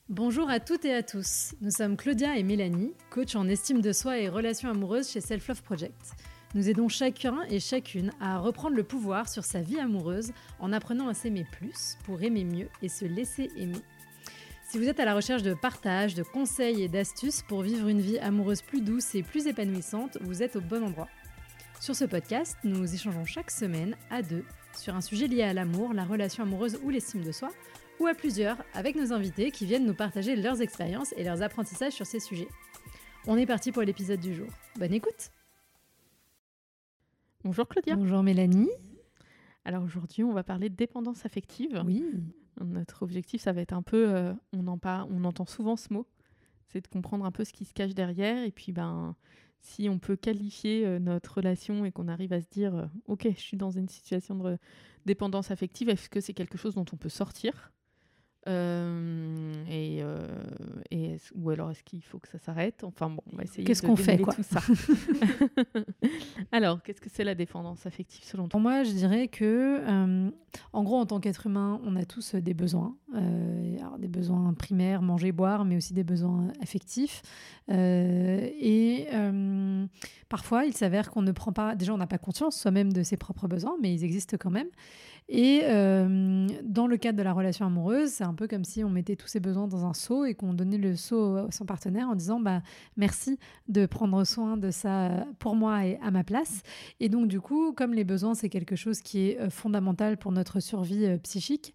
Bonjour à toutes et à tous, nous sommes Claudia et Mélanie, coach en estime de soi et relations amoureuses chez Self Love Project. Nous aidons chacun et chacune à reprendre le pouvoir sur sa vie amoureuse en apprenant à s'aimer plus pour aimer mieux et se laisser aimer. Si vous êtes à la recherche de partage, de conseils et d'astuces pour vivre une vie amoureuse plus douce et plus épanouissante, vous êtes au bon endroit. Sur ce podcast, nous échangeons chaque semaine à deux sur un sujet lié à l'amour, la relation amoureuse ou l'estime de soi, ou à plusieurs avec nos invités qui viennent nous partager leurs expériences et leurs apprentissages sur ces sujets. On est parti pour l'épisode du jour. Bonne écoute. Bonjour Claudia. Bonjour Mélanie. Alors aujourd'hui, on va parler de dépendance affective. Oui. Notre objectif, ça va être un peu, on entend souvent ce mot, c'est de comprendre un peu ce qui se cache derrière. Et puis, si on peut qualifier notre relation et qu'on arrive à se dire, ok, je suis dans une situation de dépendance affective, est-ce que c'est quelque chose dont on peut sortir ? Ou alors est-ce qu'il faut que ça s'arrête ? Enfin bon, on va essayer qu'est-ce qu'on fait, quoi. Tout ça. Alors, qu'est-ce que c'est la dépendance affective selon toi ? Pour moi, je dirais que, en gros, en tant qu'être humain, on a tous des besoins. Alors des besoins primaires, manger, boire, mais aussi des besoins affectifs. Parfois, il s'avère qu'on ne prend pas... Déjà, on n'a pas conscience soi-même de ses propres besoins, mais ils existent quand même. Et dans le cadre de la relation amoureuse, c'est un peu comme si on mettait tous ces besoins dans un seau et qu'on donnait le seau à son partenaire en disant merci de prendre soin de ça pour moi et à ma place. Et donc du coup, comme les besoins, c'est quelque chose qui est fondamental pour notre survie psychique,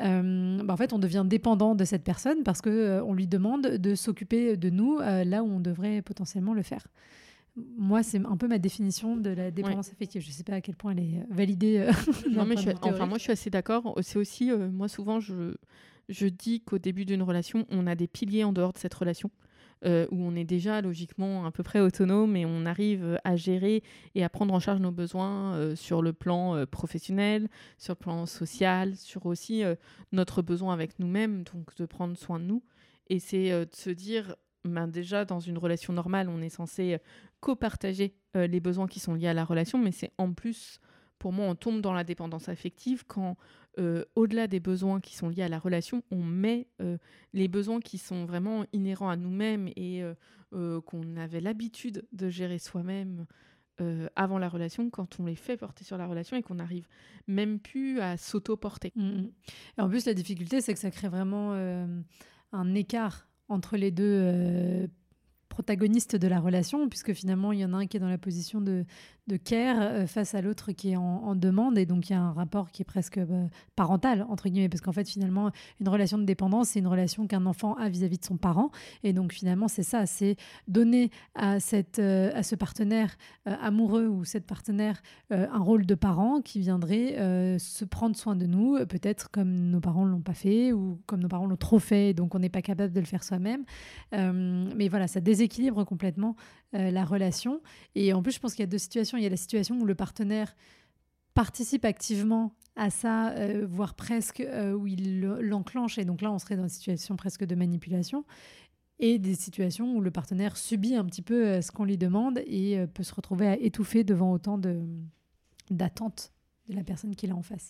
en fait, on devient dépendant de cette personne parce qu'on lui demande de s'occuper de nous là où on devrait potentiellement le faire. Moi, c'est un peu ma définition de la dépendance affective. Je ne sais pas à quel point elle est validée. Non, mais moi, je suis assez d'accord. C'est aussi, moi, souvent, je dis qu'au début d'une relation, on a des piliers en dehors de cette relation, où on est déjà logiquement à peu près autonome et on arrive à gérer et à prendre en charge nos besoins sur le plan professionnel, sur le plan social, sur aussi notre besoin avec nous-mêmes, donc de prendre soin de nous. Et c'est de se dire... déjà, dans une relation normale, on est censé copartager les besoins qui sont liés à la relation, mais c'est en plus, pour moi, on tombe dans la dépendance affective quand, au-delà des besoins qui sont liés à la relation, on met les besoins qui sont vraiment inhérents à nous-mêmes et qu'on avait l'habitude de gérer soi-même avant la relation, quand on les fait porter sur la relation et qu'on n'arrive même plus à s'auto-porter. Et en plus, la difficulté, c'est que ça crée vraiment un écart entre les deux protagonistes de la relation, puisque finalement, il y en a un qui est dans la position de care face à l'autre qui est en demande, et donc il y a un rapport qui est presque parental, entre guillemets, parce qu'en fait, finalement, une relation de dépendance, c'est une relation qu'un enfant a vis-à-vis de son parent, et donc finalement, c'est ça, c'est donner à ce partenaire amoureux ou cette partenaire un rôle de parent qui viendrait se prendre soin de nous, peut-être comme nos parents ne l'ont pas fait, ou comme nos parents l'ont trop fait, et donc on n'est pas capable de le faire soi-même. Mais voilà, ça déséquilibre complètement la relation. Et en plus, je pense qu'il y a deux situations. Il y a la situation où le partenaire participe activement à ça, voire presque où il l'enclenche. Et donc là, on serait dans une situation presque de manipulation. Et des situations où le partenaire subit un petit peu ce qu'on lui demande et peut se retrouver à étouffer devant autant d'attentes de la personne qu'il a en face.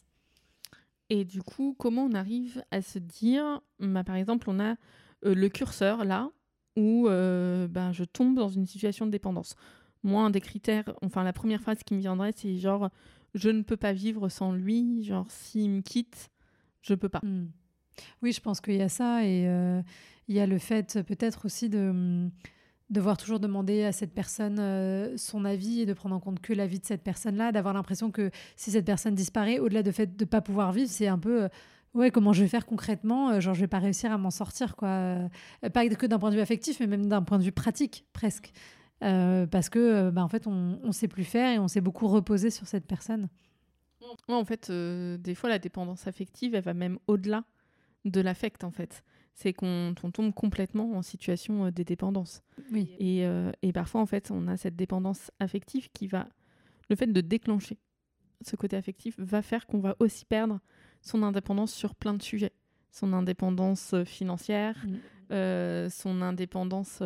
Et du coup, comment on arrive à se dire, par exemple, on a le curseur là, où je tombe dans une situation de dépendance. Moi, un des critères, la première phrase qui me viendrait, c'est genre, je ne peux pas vivre sans lui, genre, s'il me quitte, je peux pas. Oui, je pense qu'il y a ça, et il y a le fait peut-être aussi de devoir toujours demander à cette personne son avis et de prendre en compte que l'avis de cette personne-là, d'avoir l'impression que si cette personne disparaît, au-delà du fait de ne pas pouvoir vivre, c'est un peu... comment je vais faire concrètement ? Genre, je vais pas réussir à m'en sortir, quoi. Pas que d'un point de vue affectif, mais même d'un point de vue pratique, presque. Parce que, en fait, on sait plus faire et on s'est beaucoup reposé sur cette personne. Ouais, en fait, des fois, la dépendance affective, elle va même au-delà de l'affect, en fait. C'est qu'on tombe complètement en situation de dépendance. Oui. Et parfois, en fait, on a cette dépendance affective qui va... Le fait de déclencher ce côté affectif va faire qu'on va aussi perdre son indépendance sur plein de sujets. Son indépendance financière, son indépendance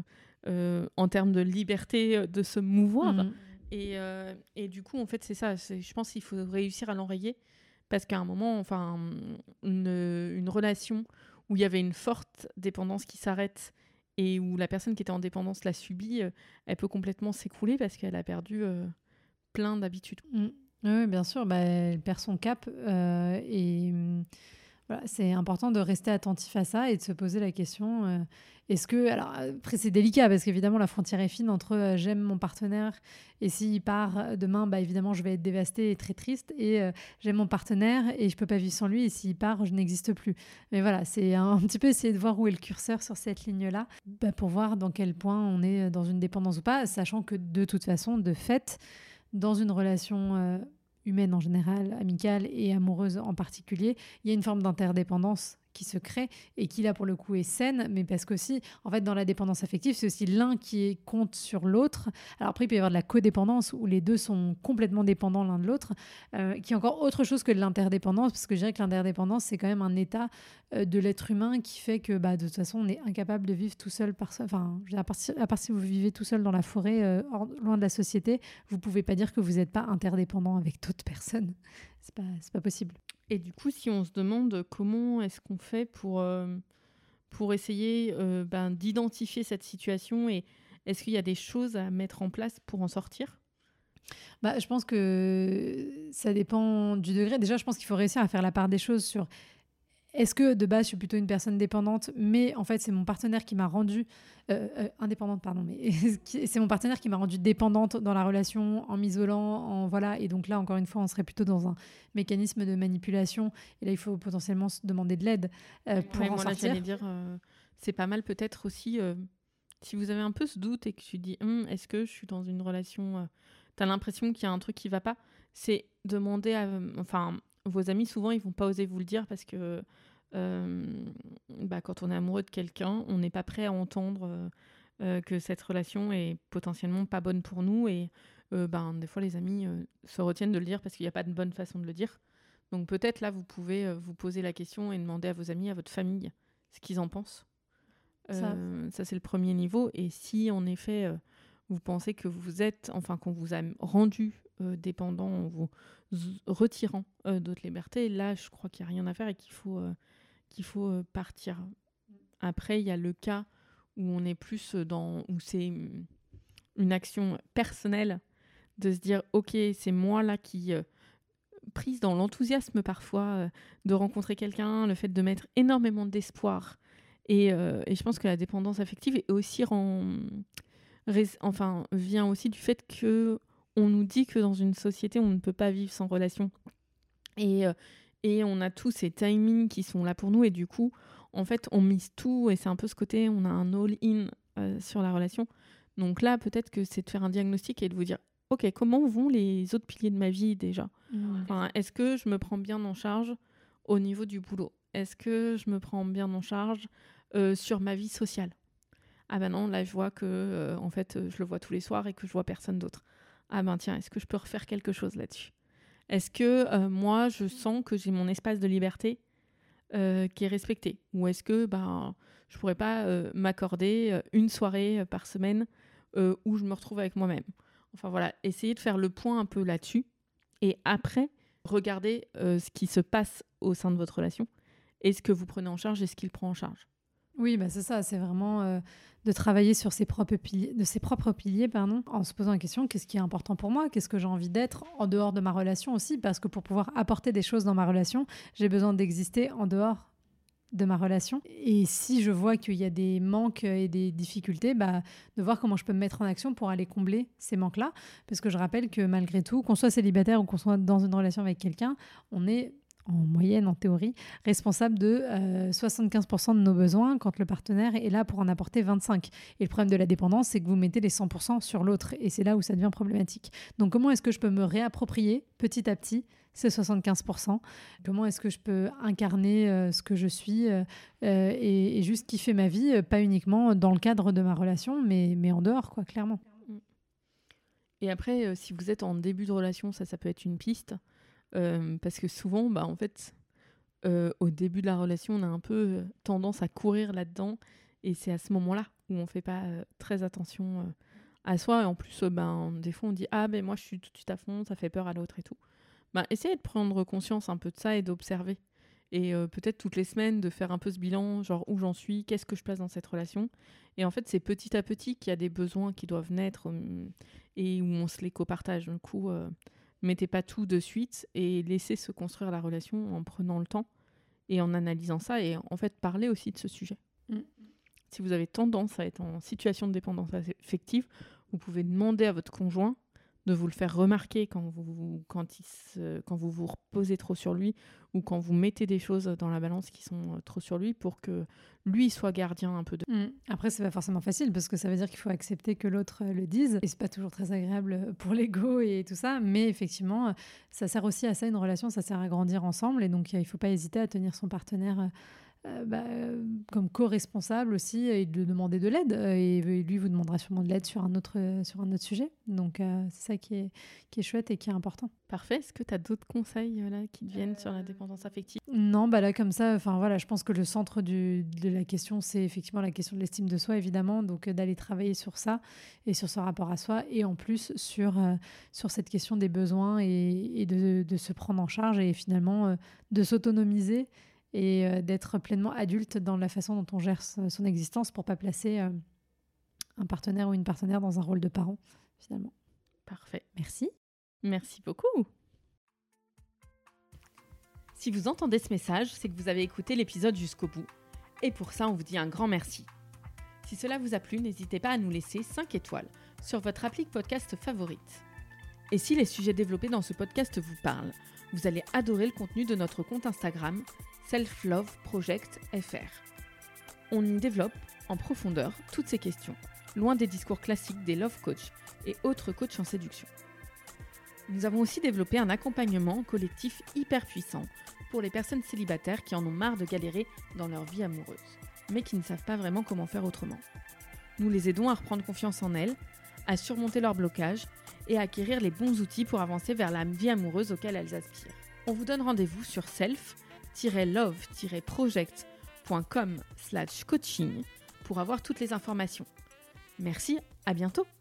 en termes de liberté de se mouvoir. Et du coup, en fait, c'est ça. Je pense qu'il faut réussir à l'enrayer parce qu'à un moment, une relation où il y avait une forte dépendance qui s'arrête et où la personne qui était en dépendance l'a subie, elle peut complètement s'écrouler parce qu'elle a perdu plein d'habitudes. Oui, bien sûr, elle perd son cap voilà, c'est important de rester attentif à ça et de se poser la question, est-ce que... Alors après, c'est délicat parce qu'évidemment, la frontière est fine entre j'aime mon partenaire et s'il part demain, évidemment, je vais être dévastée et très triste et j'aime mon partenaire et je peux pas vivre sans lui et s'il part, je n'existe plus. Mais voilà, c'est un petit peu essayer de voir où est le curseur sur cette ligne-là pour voir dans quel point on est dans une dépendance ou pas, sachant que de toute façon, de fait, dans une relation... humaine en général, amicale et amoureuse en particulier, il y a une forme d'interdépendance qui se crée et qui là pour le coup est saine, mais parce qu'aussi, en fait, dans la dépendance affective, c'est aussi l'un qui compte sur l'autre. Alors après, il peut y avoir de la codépendance où les deux sont complètement dépendants l'un de l'autre, qui est encore autre chose que de l'interdépendance, parce que je dirais que l'interdépendance, c'est quand même un état de l'être humain qui fait que de toute façon, on est incapable de vivre tout seul enfin, je veux dire, à part si vous vivez tout seul dans la forêt, loin de la société, vous pouvez pas dire que vous n'êtes pas interdépendant avec d'autres personnes. C'est pas possible. Et du coup, si on se demande comment est-ce qu'on fait pour essayer d'identifier cette situation et est-ce qu'il y a des choses à mettre en place pour en sortir ? Je pense que ça dépend du degré. Déjà, je pense qu'il faut réussir à faire la part des choses sur est-ce que de base je suis plutôt une personne dépendante, mais en fait c'est mon partenaire qui m'a rendue indépendante, pardon, mais c'est mon partenaire qui m'a rendue dépendante dans la relation en m'isolant, voilà. Et donc là encore une fois on serait plutôt dans un mécanisme de manipulation et là il faut potentiellement se demander de l'aide pour en sortir. J'allais dire, c'est pas mal peut-être aussi si vous avez un peu ce doute et que tu dis est-ce que je suis dans une relation, t'as l'impression qu'il y a un truc qui va pas, c'est demander à, vos amis, souvent, ils vont pas oser vous le dire parce que quand on est amoureux de quelqu'un, on n'est pas prêt à entendre que cette relation est potentiellement pas bonne pour nous. Et des fois, les amis se retiennent de le dire parce qu'il n'y a pas de bonne façon de le dire. Donc peut-être là, vous pouvez vous poser la question et demander à vos amis, à votre famille, ce qu'ils en pensent. Ça, c'est le premier niveau. Et si, en effet, vous pensez que vous êtes, qu'on vous a rendu dépendant en vous retirant d'autres libertés, là je crois qu'il n'y a rien à faire et qu'il faut partir. Après il y a le cas où on est plus où c'est une action personnelle de se dire ok, c'est moi là qui prise dans l'enthousiasme parfois de rencontrer quelqu'un, le fait de mettre énormément d'espoir et je pense que la dépendance affective est aussi vient aussi du fait que on nous dit que dans une société, on ne peut pas vivre sans relation. Et on a tous ces timings qui sont là pour nous. Et du coup, en fait, on mise tout. Et c'est un peu ce côté, on a un all-in sur la relation. Donc là, peut-être que c'est de faire un diagnostic et de vous dire, OK, comment vont les autres piliers de ma vie déjà ? Est-ce que je me prends bien en charge au niveau du boulot ? Est-ce que je me prends bien en charge sur ma vie sociale ? Ah non, là, je vois que en fait, je le vois tous les soirs et que je vois personne d'autre. Ah tiens, est-ce que je peux refaire quelque chose là-dessus ? Est-ce que moi, je sens que j'ai mon espace de liberté qui est respecté ? Ou est-ce que je pourrais pas m'accorder une soirée par semaine où je me retrouve avec moi-même ? Enfin voilà, essayez de faire le point un peu là-dessus. Et après, regardez ce qui se passe au sein de votre relation. Est-ce que vous prenez en charge et ce qu'il prend en charge ? Oui, c'est ça, c'est vraiment de travailler sur ses propres piliers, en se posant la question, qu'est-ce qui est important pour moi ? Qu'est-ce que j'ai envie d'être en dehors de ma relation aussi ? Parce que pour pouvoir apporter des choses dans ma relation, j'ai besoin d'exister en dehors de ma relation. Et si je vois qu'il y a des manques et des difficultés, de voir comment je peux me mettre en action pour aller combler ces manques-là. Parce que je rappelle que malgré tout, qu'on soit célibataire ou qu'on soit dans une relation avec quelqu'un, on est en moyenne, en théorie, responsable de 75% de nos besoins quand le partenaire est là pour en apporter 25%. Et le problème de la dépendance, c'est que vous mettez les 100% sur l'autre. Et c'est là où ça devient problématique. Donc comment est-ce que je peux me réapproprier petit à petit ces 75%? Comment est-ce que je peux incarner ce que je suis et juste kiffer ma vie, pas uniquement dans le cadre de ma relation, mais en dehors, quoi, clairement. Et après, si vous êtes en début de relation, ça peut être une piste. Parce que souvent, en fait, au début de la relation, on a un peu tendance à courir là-dedans. Et c'est à ce moment-là où on ne fait pas très attention à soi. Et en plus, des fois, on dit « Ah, moi, je suis tout de suite à fond, ça fait peur à l'autre et tout. » Essayez de prendre conscience un peu de ça et d'observer. et peut-être toutes les semaines de faire un peu ce bilan, genre où j'en suis, qu'est-ce que je place dans cette relation. Et en fait, c'est petit à petit qu'il y a des besoins qui doivent naître et où on se les copartage. Du coup, mettez pas tout de suite et laissez se construire la relation en prenant le temps et en analysant ça et en fait, parlez aussi de ce sujet. Si vous avez tendance à être en situation de dépendance affective, vous pouvez demander à votre conjoint de vous le faire remarquer quand vous vous reposez trop sur lui ou quand vous mettez des choses dans la balance qui sont trop sur lui pour que lui soit gardien un peu de... Après, c'est pas forcément facile parce que ça veut dire qu'il faut accepter que l'autre le dise et c'est pas toujours très agréable pour l'ego et tout ça, mais effectivement, ça sert aussi à ça, une relation, ça sert à grandir ensemble et donc il faut pas hésiter à tenir son partenaire comme co-responsable aussi et de demander de l'aide et lui vous demandera sûrement de l'aide sur un autre sujet, donc c'est ça qui est chouette et qui est important. Parfait. Est-ce que tu as d'autres conseils là, qui te viennent sur la dépendance affective? Non, là comme ça, voilà, je pense que le centre de la question, c'est effectivement la question de l'estime de soi, évidemment, donc d'aller travailler sur ça et sur ce rapport à soi et en plus sur cette question des besoins et de se prendre en charge et finalement de s'autonomiser et d'être pleinement adulte dans la façon dont on gère son existence pour pas placer un partenaire ou une partenaire dans un rôle de parent, finalement. Parfait. Merci. Merci beaucoup. Si vous entendez ce message, c'est que vous avez écouté l'épisode jusqu'au bout. Et pour ça, on vous dit un grand merci. Si cela vous a plu, n'hésitez pas à nous laisser 5 étoiles sur votre appli podcast favorite. Et si les sujets développés dans ce podcast vous parlent, vous allez adorer le contenu de notre compte Instagram selfloveproject.fr. On y développe en profondeur toutes ces questions, loin des discours classiques des love coachs et autres coachs en séduction. Nous avons aussi développé un accompagnement collectif hyper puissant pour les personnes célibataires qui en ont marre de galérer dans leur vie amoureuse, mais qui ne savent pas vraiment comment faire autrement. Nous les aidons à reprendre confiance en elles, à surmonter leurs blocages et à acquérir les bons outils pour avancer vers la vie amoureuse auquel elles aspirent. On vous donne rendez-vous sur self-love-project.com/coaching pour avoir toutes les informations. Merci, à bientôt!